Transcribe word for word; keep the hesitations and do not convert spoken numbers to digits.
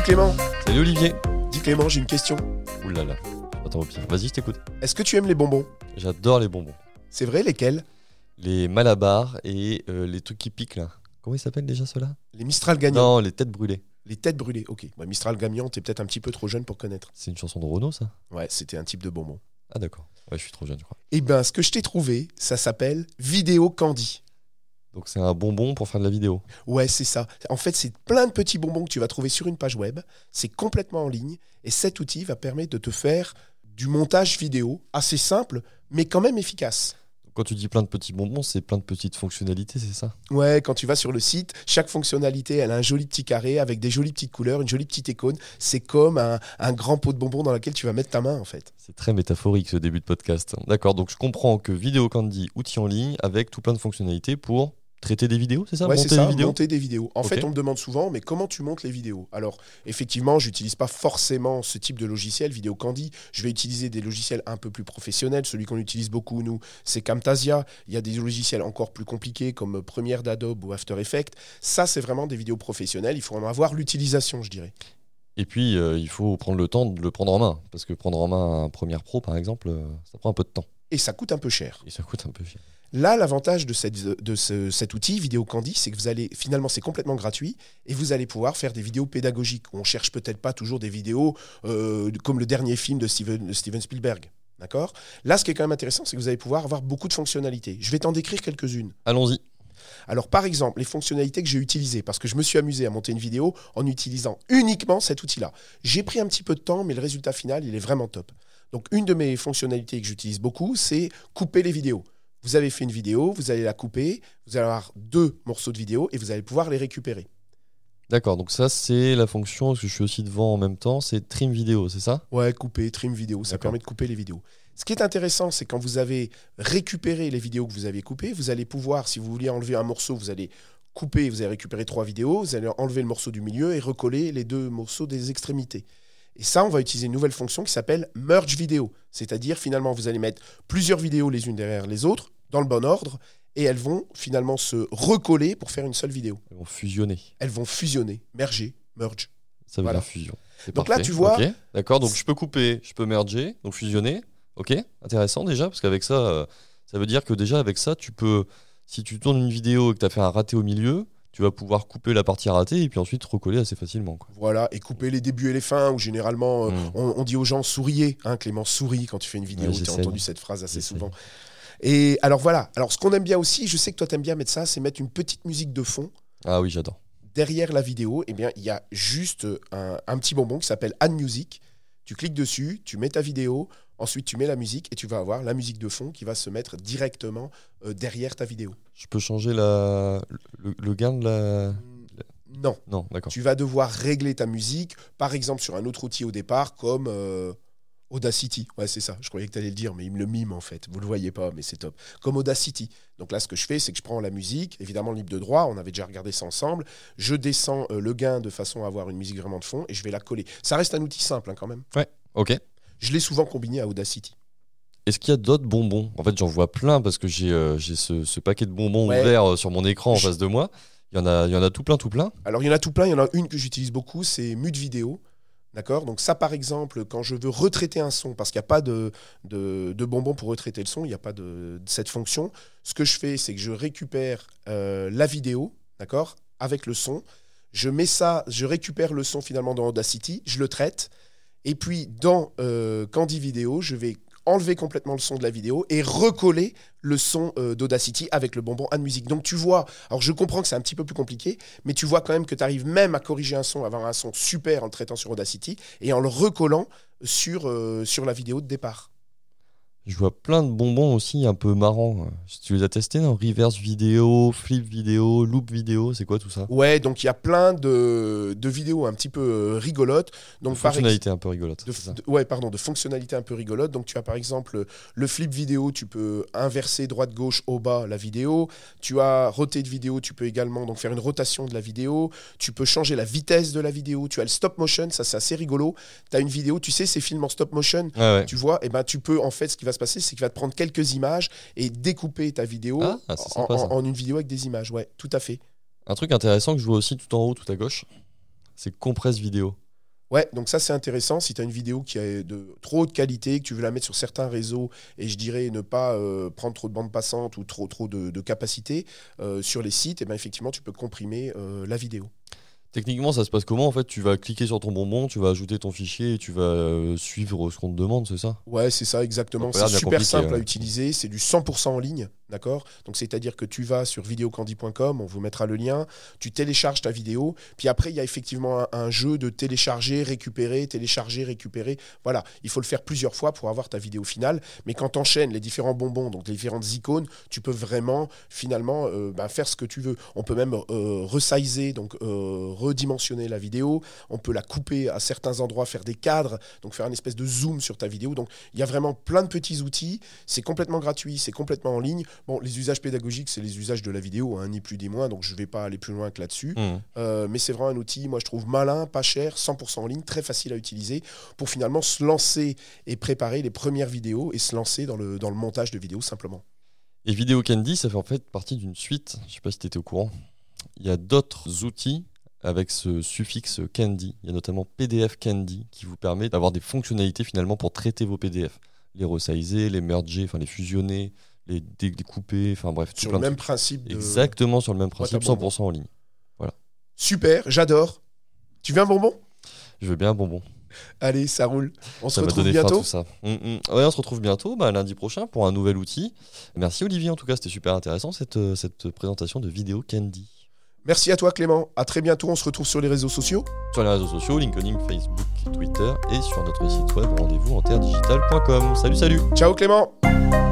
Clément. Salut Olivier. Dis Clément, j'ai une question. Ouh là là, attends au pire. Vas-y, je t'écoute. Est-ce que tu aimes les bonbons? J'adore les bonbons. C'est vrai, lesquels? Les Malabar et euh, les trucs qui piquent là. Comment ils s'appellent déjà ceux-là? Les Mistral gagnants. Non, les têtes brûlées. Les têtes brûlées, ok. Ouais, Mistral gagnant, t'es peut-être un petit peu trop jeune pour connaître. C'est une chanson de Renaud ça? Ouais, c'était un type de bonbon. Ah d'accord. Ouais, je suis trop jeune je crois. Eh ben, ce que je t'ai trouvé, ça s'appelle Vidéo Candy. Donc c'est un bonbon pour faire de la vidéo. Ouais, c'est ça. En fait, c'est plein de petits bonbons que tu vas trouver sur une page web. C'est complètement en ligne. Et cet outil va permettre de te faire du montage vidéo assez simple, mais quand même efficace. Quand tu dis plein de petits bonbons, c'est plein de petites fonctionnalités, c'est ça? Ouais, quand tu vas sur le site, chaque fonctionnalité, elle a un joli petit carré avec des jolies petites couleurs, une jolie petite icône. C'est comme un, un grand pot de bonbons dans lequel tu vas mettre ta main, en fait. C'est très métaphorique ce début de podcast. D'accord, donc je comprends que Vidéo Candy, outil en ligne avec tout plein de fonctionnalités pour traiter des vidéos, c'est ça? Ouais, Monter c'est ça, des vidéos monter des vidéos. En Ok. fait, on me demande souvent, mais comment tu montes les vidéos? Alors, effectivement, je n'utilise pas forcément ce type de logiciel, Vidéo Candy. Je vais utiliser des logiciels un peu plus professionnels. Celui qu'on utilise beaucoup, nous, c'est Camtasia. Il y a des logiciels encore plus compliqués comme Premiere d'Adobe ou After Effects. Ça, c'est vraiment des vidéos professionnelles. Il faut en avoir l'utilisation, je dirais. Et puis, euh, il faut prendre le temps de le prendre en main. Parce que prendre en main un Premiere Pro, par exemple, euh, ça prend un peu de temps. Et ça coûte un peu cher. Et ça coûte un peu cher. Là, l'avantage de, cette, de ce, cet outil, Vidéo Candy, c'est que vous allez, finalement, c'est complètement gratuit et vous allez pouvoir faire des vidéos pédagogiques. On cherche peut-être pas toujours des vidéos euh, comme le dernier film de Steven, de Steven Spielberg. D'accord ? Là, ce qui est quand même intéressant, c'est que vous allez pouvoir avoir beaucoup de fonctionnalités. Je vais t'en décrire quelques-unes. Allons-y. Alors, par exemple, les fonctionnalités que j'ai utilisées, parce que je me suis amusé à monter une vidéo en utilisant uniquement cet outil-là. J'ai pris un petit peu de temps, mais le résultat final, il est vraiment top. Donc, une de mes fonctionnalités que j'utilise beaucoup, c'est couper les vidéos. Vous avez fait une vidéo, vous allez la couper, vous allez avoir deux morceaux de vidéo et vous allez pouvoir les récupérer. D'accord, donc ça c'est la fonction, parce que je suis aussi devant en même temps, c'est trim vidéo, c'est ça? Ouais, couper, trim vidéo, ça D'accord. permet de couper les vidéos. Ce qui est intéressant, c'est quand vous avez récupéré les vidéos que vous avez coupées, vous allez pouvoir, si vous vouliez enlever un morceau, vous allez couper, vous allez récupérer trois vidéos, vous allez enlever le morceau du milieu et recoller les deux morceaux des extrémités. Et ça, on va utiliser une nouvelle fonction qui s'appelle Merge Vidéo. C'est-à-dire, finalement, vous allez mettre plusieurs vidéos les unes derrière les autres, dans le bon ordre, et elles vont finalement se recoller pour faire une seule vidéo. Elles vont fusionner. Elles vont fusionner, merger, merge. Ça veut Voilà. dire fusion. C'est Donc parfait. là, tu vois- Ok, d'accord, donc je peux couper, je peux merger, donc fusionner. Ok, intéressant déjà, parce qu'avec ça, euh, ça veut dire que déjà avec ça, tu peux, si tu tournes une vidéo et que tu as fait un raté au milieu, tu vas pouvoir couper la partie ratée et puis ensuite recoller assez facilement, quoi. Voilà, et couper les débuts et les fins, où généralement, euh, Mm. on, on dit aux gens souriez. Hein, Clément, souris quand tu fais une vidéo. Ouais, tu as j'essaye. entendu cette phrase assez J'essaye. souvent. Et alors voilà, alors ce qu'on aime bien aussi, je sais que toi t'aimes bien mettre ça, c'est mettre une petite musique de fond. Ah oui, j'adore. Derrière la vidéo, eh bien, il y a juste un, un petit bonbon qui s'appelle Add Music. Tu cliques dessus, tu mets ta vidéo, ensuite tu mets la musique et tu vas avoir la musique de fond qui va se mettre directement euh, derrière ta vidéo. Je peux changer la... le, le gain de la... Non, Non, d'accord. tu vas devoir régler ta musique, par exemple sur un autre outil au départ comme euh, Audacity. Ouais, c'est ça, je croyais que tu allais le dire, mais il me le mime en fait. Vous le voyez pas, mais c'est top. Comme Audacity. Donc là, ce que je fais, c'est que je prends la musique, évidemment libre de droit, on avait déjà regardé ça ensemble. Je descends euh, le gain de façon à avoir une musique vraiment de fond et je vais la coller. Ça reste un outil simple hein, quand même. Ok. Je l'ai souvent combiné à Audacity. Est-ce qu'il y a d'autres bonbons? En fait, j'en vois plein parce que j'ai euh, j'ai ce, ce paquet de bonbons Ouais. ouvert euh, sur mon écran en Je- face de moi. Il y en a, il y en a tout plein, tout plein. Alors, il y en a tout plein. Il y en a une que j'utilise beaucoup, c'est Mute Vidéo. D'accord ? Donc, ça, par exemple, quand je veux retraiter un son, parce qu'il n'y a pas de, de, de bonbons pour retraiter le son, il n'y a pas de, de cette fonction, ce que je fais, c'est que je récupère euh, la vidéo, d'accord ? Avec le son. Je mets ça, je récupère le son finalement dans Audacity, je le traite. Et puis, dans euh, Candy Vidéo, je vais enlever complètement le son de la vidéo et recoller le son euh, d'Audacity avec le bonbon Add Music. Donc tu vois, alors je comprends que c'est un petit peu plus compliqué, mais tu vois quand même que tu arrives même à corriger un son, avoir un son super en le traitant sur Audacity et en le recollant sur, euh, sur la vidéo de départ. Je vois plein de bonbons aussi un peu marrants. Tu les as testés, non? Reverse vidéo, flip vidéo, loop vidéo, c'est quoi tout ça? Ouais, donc il y a plein de, de vidéos un petit peu euh, rigolotes. Donc, De par ex- fonctionnalité un peu rigolote. De, c'est ça. de- ouais, pardon, de fonctionnalités un peu rigolotes. Donc, tu as par exemple le flip vidéo, tu peux inverser droite-gauche au bas la vidéo. Tu as rotate vidéo, tu peux également donc faire une rotation de la vidéo. Tu peux changer la vitesse de la vidéo. Tu as le stop motion, ça c'est assez rigolo. Tu as une vidéo, tu sais, ces films en stop motion, Ouais, ouais. tu vois, et ben tu peux en fait, ce qui va se passer, c'est qu'il va te prendre quelques images et découper ta vidéo Ah, ah, c'est en, sympa, en- ça. en une vidéo avec des images. Ouais, tout à fait. Un truc intéressant que je vois aussi tout en haut, tout à gauche, c'est compresse vidéo. Ouais, donc ça c'est intéressant. Si tu as une vidéo qui a de trop haute qualité, que tu veux la mettre sur certains réseaux, et je dirais ne pas euh, prendre trop de bande passante ou trop, trop de, de capacité euh, sur les sites, et ben effectivement tu peux comprimer euh, la vidéo. Techniquement, ça se passe comment? En fait, tu vas cliquer sur ton bonbon, tu vas ajouter ton fichier et tu vas euh, suivre ce qu'on te demande, c'est ça? Ouais, c'est ça exactement. Ça a C'est l'air bien super simple compliqué, à ouais. utiliser. C'est du cent pour cent en ligne, d'accord? Donc c'est-à-dire que tu vas sur videocandy point com, on vous mettra le lien, tu télécharges ta vidéo, puis après il y a effectivement un, un jeu de télécharger, récupérer, télécharger, récupérer. Voilà, il faut le faire plusieurs fois pour avoir ta vidéo finale. Mais quand tu enchaînes les différents bonbons, donc les différentes icônes, tu peux vraiment finalement euh, bah, faire ce que tu veux. On peut même euh, resizer, donc euh, redimensionner la vidéo. On peut la couper à certains endroits, faire des cadres, donc faire une espèce de zoom sur ta vidéo. Donc il y a vraiment plein de petits outils. C'est complètement gratuit, c'est complètement en ligne. Bon, les usages pédagogiques, c'est les usages de la vidéo, hein, ni plus ni moins. Donc je ne vais pas aller plus loin que là-dessus. Mmh. Euh, mais c'est vraiment un outil, moi je trouve malin, pas cher, cent pour cent en ligne, très facile à utiliser pour finalement se lancer et préparer les premières vidéos et se lancer dans le, dans le montage de vidéos simplement. Et Video Candy, ça fait en fait partie d'une suite. Je sais pas si tu étais au courant. Il y a d'autres outils avec ce suffixe Candy. Il y a notamment P D F Candy qui vous permet d'avoir des fonctionnalités finalement pour traiter vos P D F. Les resizer, les merger, enfin les fusionner, les découper, enfin bref. Tout Sur plein le de même trucs. principe. De... Exactement sur le même principe, cent pour cent en ligne. Super, j'adore. Tu veux un bonbon? Je veux bien un bonbon. Allez, ça roule. On se Ça m'a retrouve donné faim bientôt. tout ça. Mm, mm. Ouais, on se retrouve bientôt, bah, lundi prochain, pour un nouvel outil. Merci Olivier, en tout cas, c'était super intéressant cette, euh, cette présentation de Vidéo Candy. Merci à toi Clément. À très bientôt. On se retrouve sur les réseaux sociaux. Sur les réseaux sociaux, LinkedIn, Facebook, Twitter et sur notre site web rendez-vous en terre digitale point com. Salut, salut! Ciao Clément.